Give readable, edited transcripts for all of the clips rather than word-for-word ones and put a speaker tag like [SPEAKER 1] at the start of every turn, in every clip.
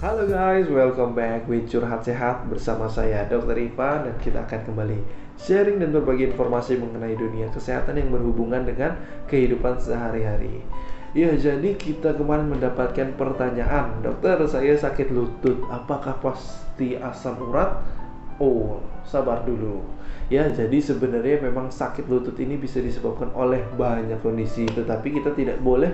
[SPEAKER 1] Halo guys, welcome back with Curhat Sehat bersama saya Dr. Ivan, dan kita akan kembali sharing dan berbagi informasi mengenai dunia kesehatan yang berhubungan dengan kehidupan sehari-hari. Ya, jadi kita kemarin mendapatkan pertanyaan, dokter saya sakit lutut, apakah pasti asam urat? Oh, sabar dulu. Ya, jadi sebenarnya memang sakit lutut ini bisa disebabkan oleh banyak kondisi, tetapi kita tidak boleh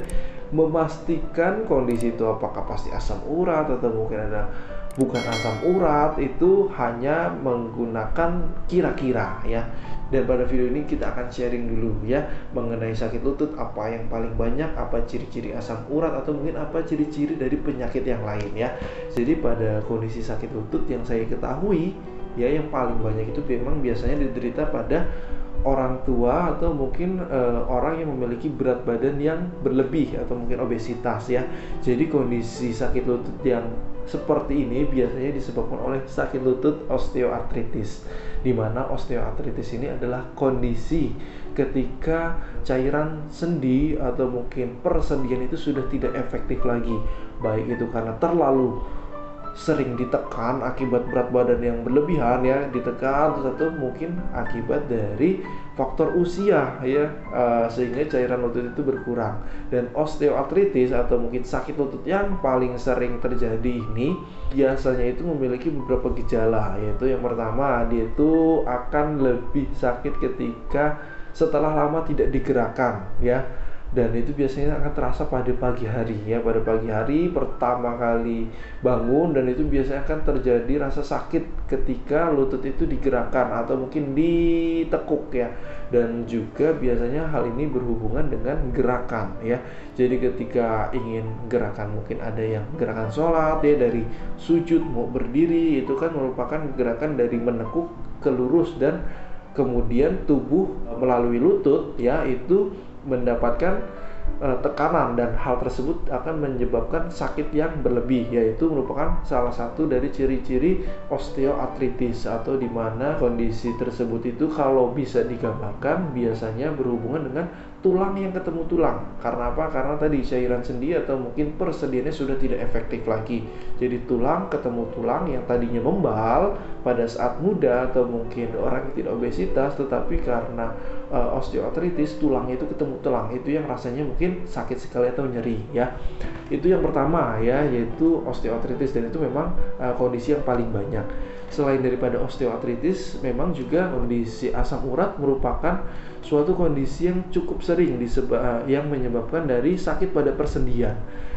[SPEAKER 1] memastikan kondisi itu apakah pasti asam urat atau mungkin ada bukan asam urat. Itu hanya menggunakan kira-kira ya. Dan pada video ini kita akan sharing dulu ya mengenai sakit lutut, apa yang paling banyak, apa ciri-ciri asam urat, atau mungkin apa ciri-ciri dari penyakit yang lain ya. Jadi pada kondisi sakit lutut yang saya ketahui ya, yang paling banyak itu memang biasanya diderita pada orang tua atau mungkin orang yang memiliki berat badan yang berlebih atau mungkin obesitas ya. Jadi kondisi sakit lutut yang seperti ini biasanya disebabkan oleh sakit lutut osteoartritis, di mana osteoartritis ini adalah kondisi ketika cairan sendi atau mungkin persendian itu sudah tidak efektif lagi, baik itu karena terlalu sering ditekan akibat berat badan yang berlebihan ya, ditekan, terus atau mungkin akibat dari faktor usia ya, sehingga cairan lutut itu berkurang. Dan osteoartritis atau mungkin sakit lutut yang paling sering terjadi ini biasanya itu memiliki beberapa gejala, yaitu yang pertama, dia itu akan lebih sakit ketika setelah lama tidak digerakkan ya. Dan itu biasanya akan terasa pada pagi hari ya, pada pagi hari pertama kali bangun, dan itu biasanya akan terjadi rasa sakit ketika lutut itu digerakkan atau mungkin ditekuk ya. Dan juga biasanya hal ini berhubungan dengan gerakan ya. Jadi ketika ingin gerakan, mungkin ada yang gerakan sholat ya, dari sujud mau berdiri, itu kan merupakan gerakan dari menekuk ke lurus, dan kemudian tubuh melalui lutut ya itu mendapatkan tekanan, dan hal tersebut akan menyebabkan sakit yang berlebih, yaitu merupakan salah satu dari ciri-ciri osteoartritis, atau di mana kondisi tersebut itu kalau bisa digambarkan biasanya berhubungan dengan tulang yang ketemu tulang. Karena apa? Karena tadi cairan sendi atau mungkin persendiannya sudah tidak efektif lagi. Jadi tulang ketemu tulang yang tadinya membal pada saat muda atau mungkin orang yang tidak obesitas, tetapi karena osteoartritis tulangnya itu ketemu tulang, itu yang rasanya mungkin sakit sekali atau nyeri ya. Itu yang pertama ya, yaitu osteoartritis, dan itu memang kondisi yang paling banyak. Selain daripada osteoartritis, memang juga kondisi asam urat merupakan suatu kondisi yang cukup sering yang menyebabkan dari sakit pada persendian.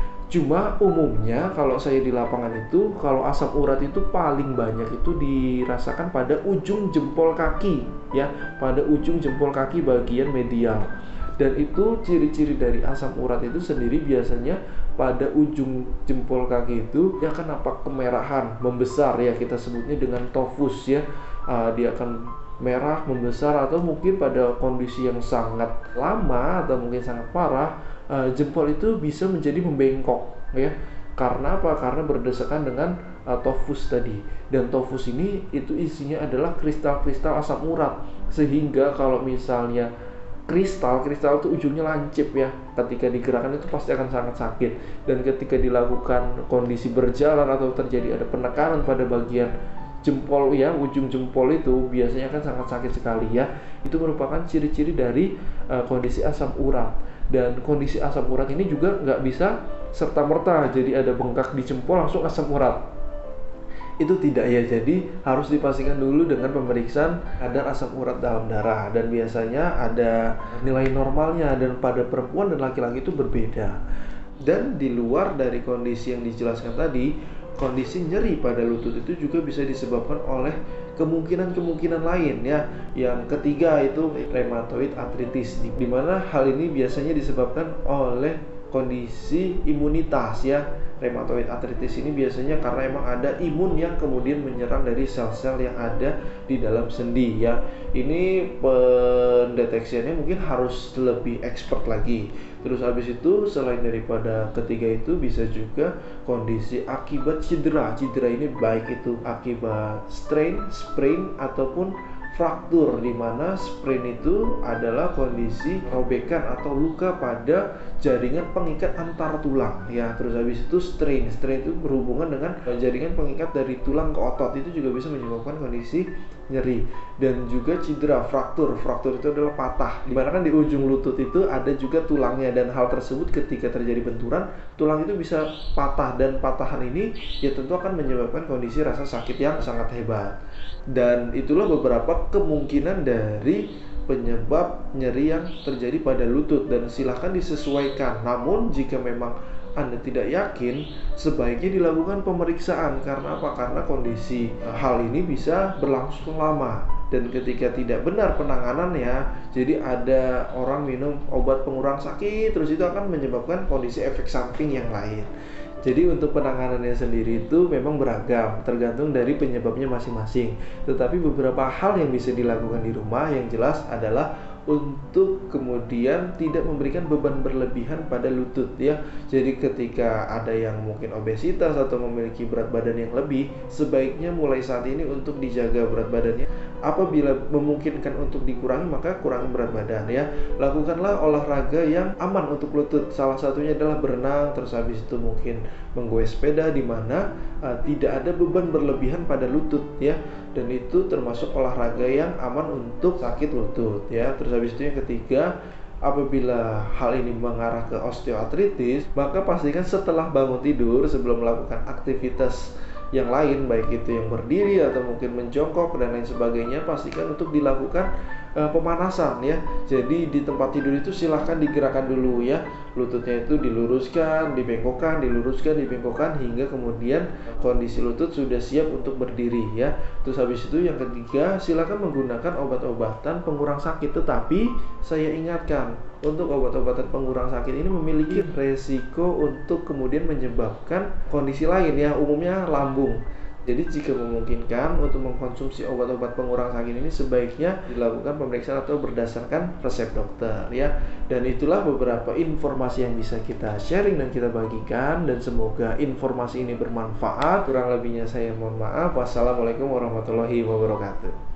[SPEAKER 1] Cuma umumnya kalau saya di lapangan itu, kalau asam urat itu paling banyak itu dirasakan pada ujung jempol kaki ya, pada ujung jempol kaki bagian medial. Dan itu ciri-ciri dari asam urat itu sendiri biasanya pada ujung jempol kaki itu dia akan nampak kemerahan, membesar ya, kita sebutnya dengan tofus ya. Dia akan merah, membesar, atau mungkin pada kondisi yang sangat lama atau mungkin sangat parah, jempol itu bisa menjadi membengkok ya. Karena apa? Karena berdasarkan dengan tofus tadi. Dan tofus ini itu isinya adalah kristal-kristal asam urat, sehingga kalau misalnya kristal itu ujungnya lancip ya, ketika digerakkan itu pasti akan sangat sakit. Dan ketika dilakukan kondisi berjalan atau terjadi ada penekanan pada bagian jempol ya, ujung jempol itu biasanya akan sangat sakit sekali ya. Itu merupakan ciri-ciri dari kondisi asam urat. Dan kondisi asam urat ini juga nggak bisa serta-merta jadi ada bengkak di jempol langsung asam urat, itu tidak ya. Jadi harus dipastikan dulu dengan pemeriksaan kadar asam urat dalam darah, dan biasanya ada nilai normalnya, dan pada perempuan dan laki-laki itu berbeda. Dan di luar dari kondisi yang dijelaskan tadi, kondisi nyeri pada lutut itu juga bisa disebabkan oleh kemungkinan lain ya. Yang ketiga itu rheumatoid arthritis, di mana hal ini biasanya disebabkan oleh kondisi imunitas ya. Rheumatoid arthritis ini biasanya karena emang ada imun yang kemudian menyerang dari sel-sel yang ada di dalam sendi ya. Ini pendeteksiannya mungkin harus lebih expert lagi. Terus habis itu selain daripada ketiga itu bisa juga kondisi akibat cedera. Cedera ini baik itu akibat strain, sprain, ataupun fraktur, di mana sprain itu adalah kondisi robekan atau luka pada jaringan pengikat antar tulang ya. Terus habis itu strain itu berhubungan dengan jaringan pengikat dari tulang ke otot, itu juga bisa menyebabkan kondisi nyeri. Dan juga cedera, fraktur itu adalah patah, dimana kan di ujung lutut itu ada juga tulangnya, dan hal tersebut ketika terjadi benturan tulang itu bisa patah, dan patahan ini ya tentu akan menyebabkan kondisi rasa sakit yang sangat hebat. Dan itulah beberapa kemungkinan dari penyebab nyeri yang terjadi pada lutut, dan silahkan disesuaikan. Namun jika memang Anda tidak yakin, sebaiknya dilakukan pemeriksaan. Karena apa? Karena kondisi hal ini bisa berlangsung lama, dan ketika tidak benar penanganannya, jadi ada orang minum obat pengurang sakit terus, itu akan menyebabkan kondisi efek samping yang lain. Jadi untuk penanganannya sendiri itu memang beragam, tergantung dari penyebabnya masing-masing. Tetapi beberapa hal yang bisa dilakukan di rumah yang jelas adalah untuk kemudian tidak memberikan beban berlebihan pada lutut ya. Jadi ketika ada yang mungkin obesitas atau memiliki berat badan yang lebih, sebaiknya mulai saat ini untuk dijaga berat badannya. Apabila memungkinkan untuk dikurangi, maka kurangi berat badan ya. Lakukanlah olahraga yang aman untuk lutut. Salah satunya adalah berenang, terus habis itu mungkin menggoes sepeda, di mana tidak ada beban berlebihan pada lutut ya. Dan itu termasuk olahraga yang aman untuk sakit lutut ya. Terus habis itu yang ketiga, apabila hal ini mengarah ke osteoartritis, maka pastikan setelah bangun tidur, sebelum melakukan aktivitas yang lain, baik itu yang berdiri atau mungkin menjongkok dan lain sebagainya, pastikan untuk dilakukan pemanasan ya. Jadi di tempat tidur itu silahkan digerakkan dulu ya, lututnya itu diluruskan, dibengkokkan, diluruskan, dibengkokkan, hingga kemudian kondisi lutut sudah siap untuk berdiri ya. Terus habis itu yang ketiga, silakan menggunakan obat-obatan pengurang sakit. Tetapi saya ingatkan, untuk obat-obatan pengurang sakit ini memiliki resiko untuk kemudian menyebabkan kondisi lain ya, umumnya lambung. Jadi jika memungkinkan untuk mengkonsumsi obat-obat pengurang sakit ini, sebaiknya dilakukan pemeriksaan atau berdasarkan resep dokter ya. Dan itulah beberapa informasi yang bisa kita sharing dan kita bagikan, dan semoga informasi ini bermanfaat. Kurang lebihnya saya mohon maaf. Wassalamualaikum warahmatullahi wabarakatuh.